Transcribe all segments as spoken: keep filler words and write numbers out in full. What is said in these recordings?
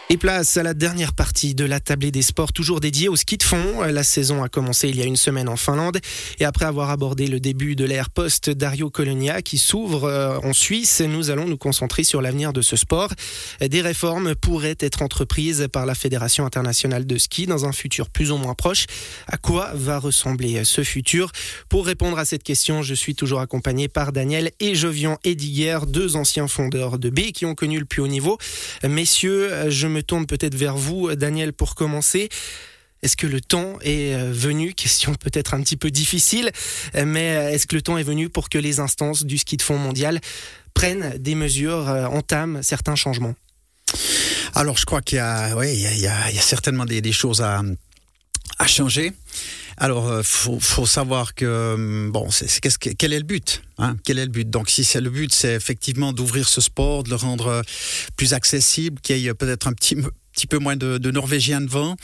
Et place à la dernière partie de la tablée des sports, toujours dédiée au ski de fond. La saison a commencé il y a une semaine en Finlande. Et après avoir abordé le début de l'ère post-Dario Colonia qui s'ouvre en Suisse, nous allons nous concentrer sur l'avenir de ce sport. Des réformes pourraient être entreprises par la Fédération internationale de ski dans un futur plus ou moins proche. À quoi va ressembler ce futur ? Pour répondre à cette question, je suis toujours accompagné par Daniel et Jovian Ediguer, deux anciens fondeurs de B qui ont connu le plus haut niveau. Messieurs, je me tourne peut-être vers vous, Daniel, pour commencer. Est-ce que le temps est venu, question peut-être un petit peu difficile, mais est-ce que le temps est venu pour que les instances du ski de fond mondial prennent des mesures, entament certains changements ? Alors, je crois qu'il y a, ouais, il y a, il y a, il y a certainement des, des choses à, à changer. Alors, euh, faut, faut savoir que bon, c'est, c'est, qu'est-ce que, quel est le but, hein ? Quel est le but ? Donc, si c'est le but, c'est effectivement d'ouvrir ce sport, de le rendre plus accessible, qu'il y ait peut-être un petit petit peu moins de, de Norvégiens devant.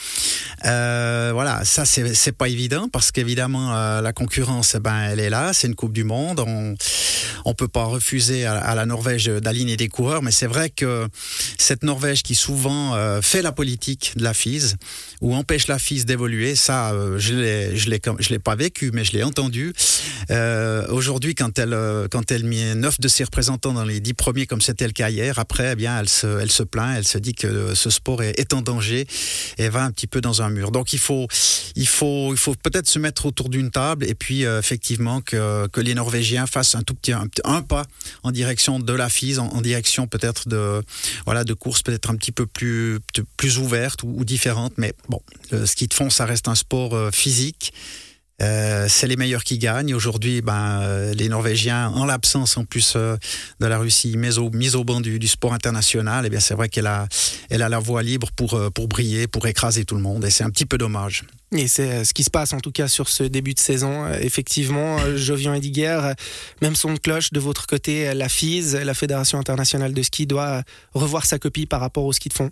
Euh, voilà, ça c'est c'est pas évident parce qu'évidemment euh, la concurrence, eh ben elle est là, c'est une Coupe du Monde, on on peut pas refuser à, à la Norvège d'aligner des coureurs, mais c'est vrai que cette Norvège qui souvent euh, fait la politique de la F I S ou empêche la F I S d'évoluer, ça euh, je l'ai je l'ai je l'ai pas vécu, mais je l'ai entendu. Euh, aujourd'hui, quand elle quand elle met neuf de ses représentants dans les dix premiers comme c'était le cas hier, après eh bien elle se elle se plaint, elle se dit que ce sport est en danger et va un petit peu dans un mur. Donc il faut, il faut, il faut peut-être se mettre autour d'une table et puis euh, effectivement que, que les Norvégiens fassent un tout petit un, un pas en direction de la F I S, en, en direction peut-être de voilà de courses peut-être un petit peu plus plus ouvertes ou, ou différentes. Mais bon, le ski de fond ça reste un sport euh, physique. Euh, c'est les meilleurs qui gagnent. Aujourd'hui, ben, euh, les Norvégiens, en l'absence en plus euh, de la Russie, mise au, mise au banc du, du sport international, eh bien, c'est vrai qu'elle a, elle a la voie libre pour, euh, pour briller, pour écraser tout le monde. Et c'est un petit peu dommage. Et c'est ce qui se passe en tout cas sur ce début de saison. Effectivement, Jovian Ediguer, même son de cloche de votre côté, la F I S, la Fédération internationale de ski, doit revoir sa copie par rapport au ski de fond.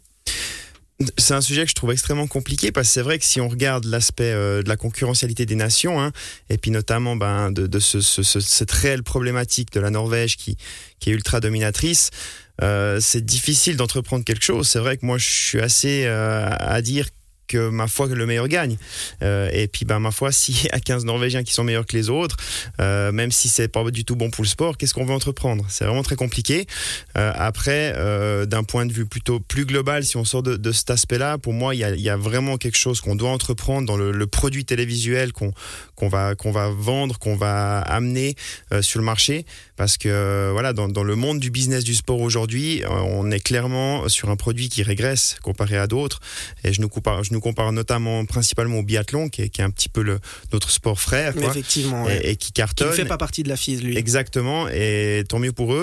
C'est un sujet que je trouve extrêmement compliqué parce que c'est vrai que si on regarde l'aspect euh, de la concurrentialité des nations, hein, et puis notamment ben, de, de ce, ce, ce, cette réelle problématique de la Norvège qui, qui est ultra dominatrice, euh, c'est difficile d'entreprendre quelque chose. C'est vrai que moi je suis assez euh, à dire que ma foi que le meilleur gagne. Euh, et puis ben ma foi, s'il y a quinze Norvégiens qui sont meilleurs que les autres, euh, même si c'est pas du tout bon pour le sport, qu'est-ce qu'on veut entreprendre ? C'est vraiment très compliqué. Euh, après, euh, d'un point de vue plutôt plus global, si on sort de, de cet aspect-là, pour moi, il y a, il y a vraiment quelque chose qu'on doit entreprendre dans le, le produit télévisuel qu'on qu'on va qu'on va vendre, qu'on va amener euh, sur le marché, parce que euh, voilà, dans, dans le monde du business du sport aujourd'hui, euh, on est clairement sur un produit qui régresse comparé à d'autres. Et je nous compare, je nous compare notamment principalement au biathlon, qui est, qui est un petit peu le, notre sport frère, quoi, effectivement, et, ouais. et qui cartonne. Qui ne fait pas partie de la F I S, lui. Exactement, et tant mieux pour eux.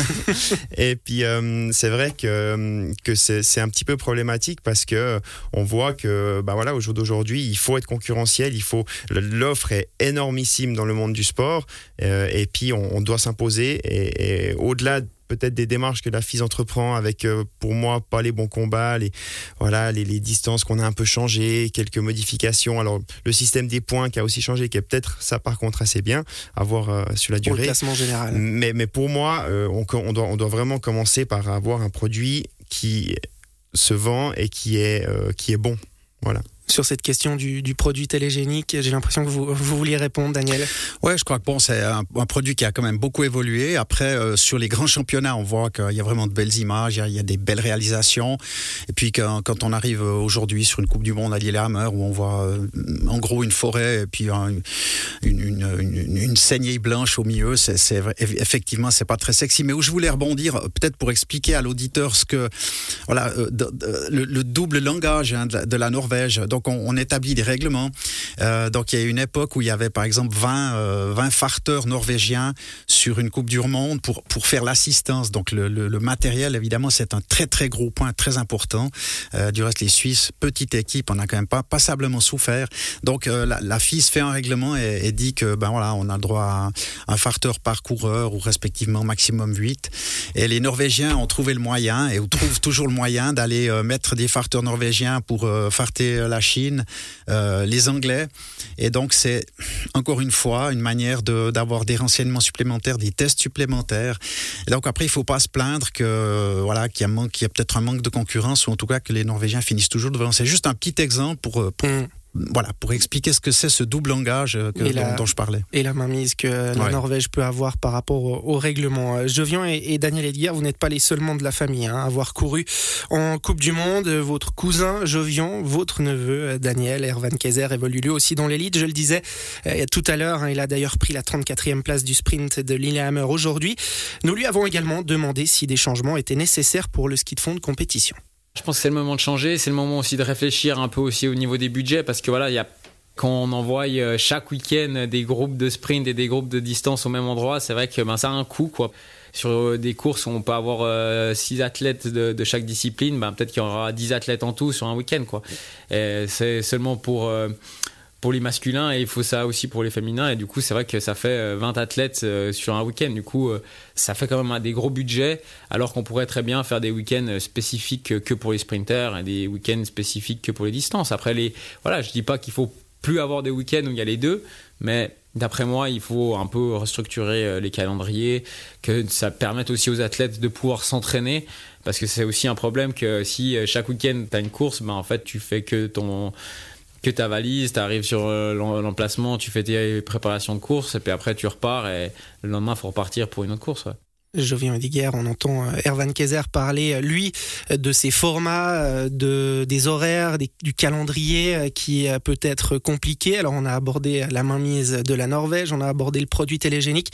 Et puis euh, c'est vrai que que c'est c'est un petit peu problématique parce que on voit que bah voilà, au jour d'aujourd'hui, il faut être concurrentiel, il faut l'offre est énormissime dans le monde du sport, euh, et puis on, on doit s'imposer et, et au-delà de peut-être des démarches que la F I S entreprend avec, euh, pour moi, pas les bons combats, les, voilà, les, les distances qu'on a un peu changées, quelques modifications. Alors, le système des points qui a aussi changé, qui est peut-être, ça par contre, assez bien à voir euh, sur la durée. Pour le classement général. Mais, mais pour moi, euh, on, on, doit, on doit vraiment commencer par avoir un produit qui se vend et qui est, euh, qui est bon. Voilà. Sur cette question du, du produit télégénique, j'ai l'impression que vous, vous vouliez répondre, Daniel. Ouais, je crois que bon, c'est un, un produit qui a quand même beaucoup évolué. Après, euh, sur les grands championnats, on voit qu'il y a vraiment de belles images, il y a, il y a des belles réalisations. Et puis quand, quand on arrive aujourd'hui sur une Coupe du Monde à Lillehammer, où on voit euh, en gros une forêt et puis un, une, une, une, une saignée blanche au milieu, c'est, c'est effectivement c'est pas très sexy. Mais où je voulais rebondir, peut-être pour expliquer à l'auditeur ce que voilà euh, de, de, le, le double langage hein, de, la, de la Norvège. Donc on, on établit des règlements. Euh, donc il y a une époque où il y avait par exemple vingt, euh, vingt farteurs norvégiens sur une Coupe du Monde pour pour faire l'assistance. Donc le, le, le matériel évidemment c'est un très très gros point très important. Euh, du reste les Suisses, petite équipe, on a quand même pas passablement souffert. Donc euh, la, la F I S fait un règlement et, et dit que ben voilà on a le droit à un, un farteur par coureur ou respectivement maximum huit. Et les Norvégiens ont trouvé le moyen et trouvent toujours le moyen d'aller euh, mettre des farteurs norvégiens pour euh, farter la Chine Chine, euh, les Anglais. Et donc, c'est encore une fois une manière de, d'avoir des renseignements supplémentaires, des tests supplémentaires. Et donc, après, il ne faut pas se plaindre que, voilà, qu'il y a, manque, qu'il y a peut-être un manque de concurrence ou en tout cas que les Norvégiens finissent toujours devant. C'est juste un petit exemple pour... pour mmh. Voilà, pour expliquer ce que c'est ce double langage que, dont, la, dont je parlais. Et la mainmise que la ouais. Norvège peut avoir par rapport au, au règlement. Jovian et, et Daniel Edguer, vous n'êtes pas les seuls membres de la famille hein, à avoir couru en Coupe du Monde. Votre cousin Jovian, votre neveu Daniel Ervan Kayser évolue lui aussi dans l'élite. Je le disais euh, tout à l'heure, hein, il a d'ailleurs pris la trente-quatrième place du sprint de Lillehammer aujourd'hui. Nous lui avons également demandé si des changements étaient nécessaires pour le ski de fond de compétition. Je pense que c'est le moment de changer, c'est le moment aussi de réfléchir un peu aussi au niveau des budgets parce que voilà, il y a quand on envoie chaque week-end des groupes de sprint et des groupes de distance au même endroit, c'est vrai que ben, ça a un coût quoi. Sur des courses où on peut avoir euh, six athlètes de, de chaque discipline, ben, peut-être qu'il y aura dix athlètes en tout sur un week-end quoi. Et c'est seulement pour euh, pour les masculins et il faut ça aussi pour les féminins et du coup c'est vrai que ça fait vingt athlètes sur un week-end, du coup ça fait quand même des gros budgets alors qu'on pourrait très bien faire des week-ends spécifiques que pour les sprinters et des week-ends spécifiques que pour les distances. Après les, voilà, je dis pas qu'il faut plus avoir des week-ends où il y a les deux, mais d'après moi il faut un peu restructurer les calendriers, que ça permette aussi aux athlètes de pouvoir s'entraîner parce que c'est aussi un problème que si chaque week-end tu as une course, ben en fait tu fais que ton que ta valise, tu arrives sur l'emplacement, tu fais tes préparations de course et puis après tu repars et le lendemain il faut repartir pour une autre course. Ouais. Jovian Edguer, on entend Ervan Kayser parler, lui, de ses formats, de, des horaires, des, du calendrier qui peut être compliqué. Alors on a abordé la mainmise de la Norvège, on a abordé le produit télégénique,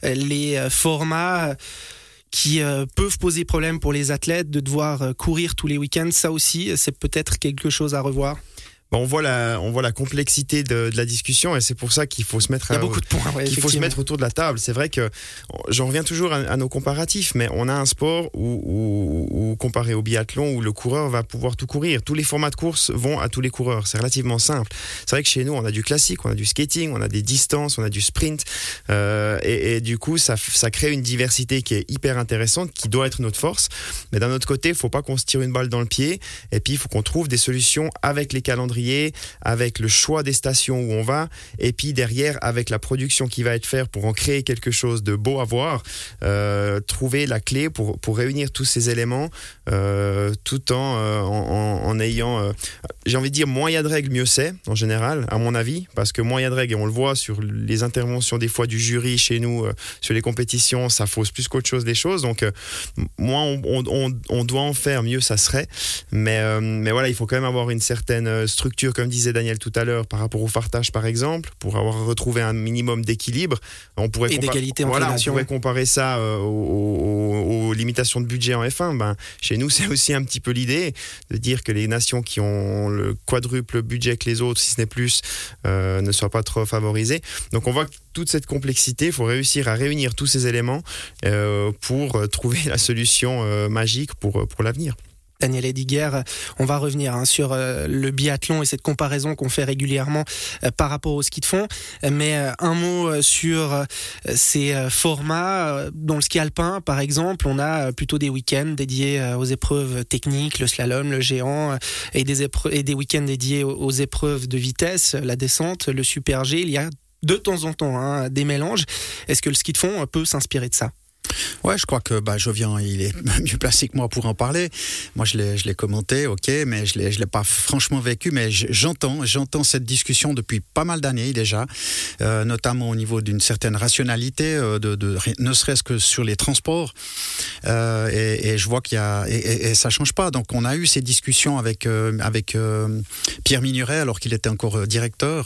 les formats qui euh, peuvent poser problème pour les athlètes de devoir courir tous les week-ends. Ça aussi, c'est peut-être quelque chose à revoir. On voit la, on voit la complexité de, de la discussion et c'est pour ça qu'il faut se mettre, Il y a beaucoup de points, ouais, qu'il faut se mettre autour de la table. C'est vrai que j'en reviens toujours à, à nos comparatifs, mais on a un sport où, où, où comparé au biathlon où le coureur va pouvoir tout courir. Tous les formats de course vont à tous les coureurs. C'est relativement simple. C'est vrai que chez nous, on a du classique, on a du skating, on a des distances, on a du sprint euh, et, et du coup, ça, ça crée une diversité qui est hyper intéressante, qui doit être notre force. Mais d'un autre côté, il ne faut pas qu'on se tire une balle dans le pied et puis il faut qu'on trouve des solutions avec les calendriers, avec le choix des stations où on va et puis derrière avec la production qui va être faite pour en créer quelque chose de beau à voir, euh, trouver la clé pour, pour réunir tous ces éléments euh, tout en, euh, en, en ayant euh, j'ai envie de dire moins il y a de règles mieux c'est en général à mon avis, parce que moins il y a de règles et on le voit sur les interventions des fois du jury chez nous euh, sur les compétitions, ça fausse plus qu'autre chose des choses, donc euh, moins on, on, on doit en faire mieux ça serait, mais, euh, mais voilà, il faut quand même avoir une certaine structure comme disait Daniel tout à l'heure par rapport au fartage par exemple, pour avoir retrouvé un minimum d'équilibre. On pourrait, et compa- d'égalité voilà, entre on pourrait comparer ça euh, aux, aux, aux limitations de budget en F un. Ben, chez nous c'est aussi un petit peu l'idée de dire que les nations qui ont le quadruple budget que les autres, si ce n'est plus, euh, ne soient pas trop favorisées. Donc on voit que toute cette complexité, il faut réussir à réunir tous ces éléments euh, pour trouver la solution euh, magique pour, pour l'avenir. Daniel Edguer, on va revenir hein, sur euh, le biathlon et cette comparaison qu'on fait régulièrement euh, par rapport au ski de fond. Mais euh, un mot sur euh, ces euh, formats. Euh, dans le ski alpin, par exemple, on a euh, plutôt des week-ends dédiés euh, aux épreuves techniques, le slalom, le géant, euh, et, des épreuves, et des week-ends dédiés aux, aux épreuves de vitesse, la descente, le super G. Il y a de temps en temps hein, des mélanges. Est-ce que le ski de fond peut s'inspirer de ça ? Ouais, je crois que bah, Jovian, il est mieux placé que moi pour en parler. Moi, je l'ai, je l'ai commenté, ok, mais je l'ai, je l'ai pas franchement vécu. Mais j'entends, j'entends cette discussion depuis pas mal d'années déjà, euh, notamment au niveau d'une certaine rationalité, euh, de, de, ne serait-ce que sur les transports. Euh, et, et je vois qu'il y a, et, et, et ça change pas. Donc, on a eu ces discussions avec euh, avec euh, Pierre Mignuret alors qu'il était encore directeur.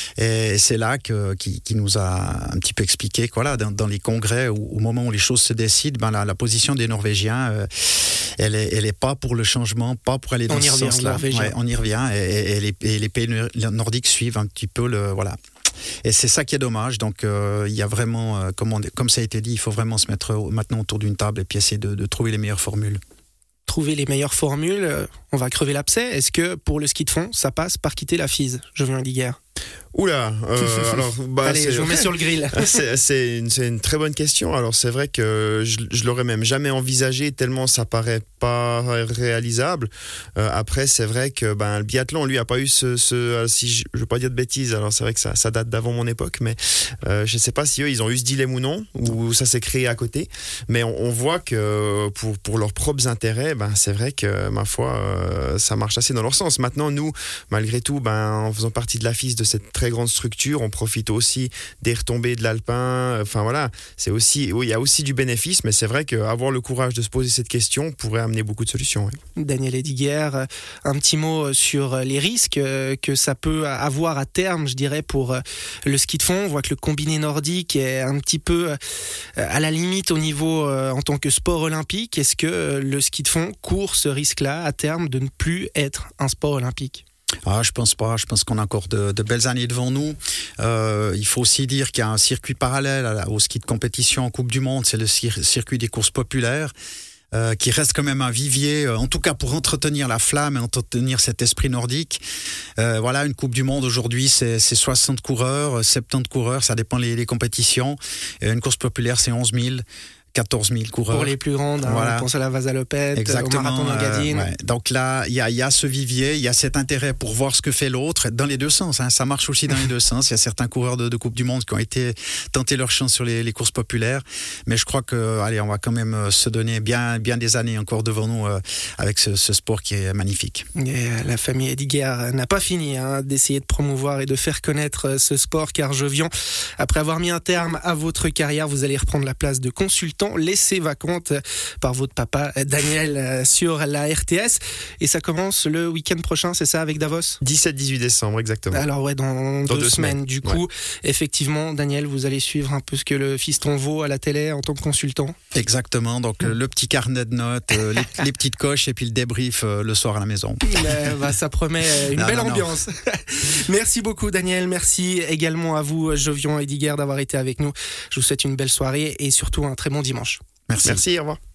Et c'est là que qui, qui nous a un petit peu expliqué, quoi, là, dans, dans les congrès, où, au moment où les choses se décident, ben la, la position des Norvégiens, euh, elle est, elle est pas pour le changement, pas pour aller dans on ce revient, sens-là. Ouais, on y revient, et, et, et, les, et les pays nordiques suivent un petit peu le, voilà. Et c'est ça qui est dommage. Donc euh, il y a vraiment, euh, comme, on, comme ça a été dit, il faut vraiment se mettre maintenant autour d'une table et puis essayer de, de trouver les meilleures formules. Trouver les meilleures formules, on va crever l'abcès. Est-ce que pour le ski de fond, ça passe par quitter la F I S, Jovian Edguer ? Oula, euh, alors bah, Allez, je vous mets sur le grill. c'est, c'est, une, c'est une très bonne question. Alors c'est vrai que je, je l'aurais même jamais envisagé tellement ça paraît pas réalisable. Euh, après c'est vrai que ben le biathlon lui a pas eu ce, ce si je, je veux pas dire de bêtises. Alors c'est vrai que ça, ça date d'avant mon époque, mais euh, je sais pas si eux ils ont eu ce dilemme ou non, ou ça s'est créé à côté. Mais on, on voit que pour pour leurs propres intérêts, ben c'est vrai que ma foi euh, ça marche assez dans leur sens. Maintenant nous malgré tout, ben en faisant partie de la F I S de cette très grande structure, on profite aussi des retombées de l'alpin. Enfin voilà, c'est aussi, oui, il y a aussi du bénéfice, mais c'est vrai qu'avoir le courage de se poser cette question pourrait amener beaucoup de solutions. Oui. Daniel Ediguer, un petit mot sur les risques que ça peut avoir à terme, je dirais, pour le ski de fond. On voit que le combiné nordique est un petit peu à la limite au niveau en tant que sport olympique. Est-ce que le ski de fond court ce risque-là à terme de ne plus être un sport olympique ? Ah, je pense pas. Je pense qu'on a encore de, de belles années devant nous. Euh, il faut aussi dire qu'il y a un circuit parallèle à la, au ski de compétition en Coupe du Monde. C'est le cir- circuit des courses populaires. Euh, qui reste quand même un vivier, euh, en tout cas pour entretenir la flamme et entretenir cet esprit nordique. Euh, voilà, une Coupe du Monde aujourd'hui, c'est, c'est soixante coureurs, soixante-dix coureurs, ça dépend les, les compétitions. Et une course populaire, c'est onze mille. quatorze mille coureurs. Pour les plus grandes, hein, voilà. On pense à la Vasalopette, Exactement, au marathon d'Engadine. Euh, ouais. Donc là, il y a, y a ce vivier, il y a cet intérêt pour voir ce que fait l'autre, dans les deux sens. Hein. Ça marche aussi dans les deux sens. Il y a certains coureurs de, de Coupe du Monde qui ont été tentés leur chance sur les, les courses populaires. Mais je crois que, allez, on va quand même se donner bien, bien des années encore devant nous euh, avec ce, ce sport qui est magnifique. Et la famille Ediguer n'a pas fini hein, d'essayer de promouvoir et de faire connaître ce sport, car Jovian, après avoir mis un terme à votre carrière, vous allez reprendre la place de consultant laissé vacante par votre papa Daniel sur la R T S. Et ça commence le week-end prochain, c'est ça, avec Davos ? dix-sept dix-huit décembre, exactement. Alors ouais, dans, dans deux, deux semaines. semaines. Du coup, ouais. Effectivement, Daniel, vous allez suivre un peu ce que le fiston vaut à la télé en tant que consultant. Exactement, donc mmh. le petit carnet de notes, euh, les, les petites coches et puis le débrief euh, le soir à la maison. Euh, bah, ça promet une non, belle non, ambiance. Non. Merci beaucoup Daniel, merci également à vous Jovian Ediguer d'avoir été avec nous. Je vous souhaite une belle soirée et surtout un très bon dimanche. Merci. Merci, au revoir.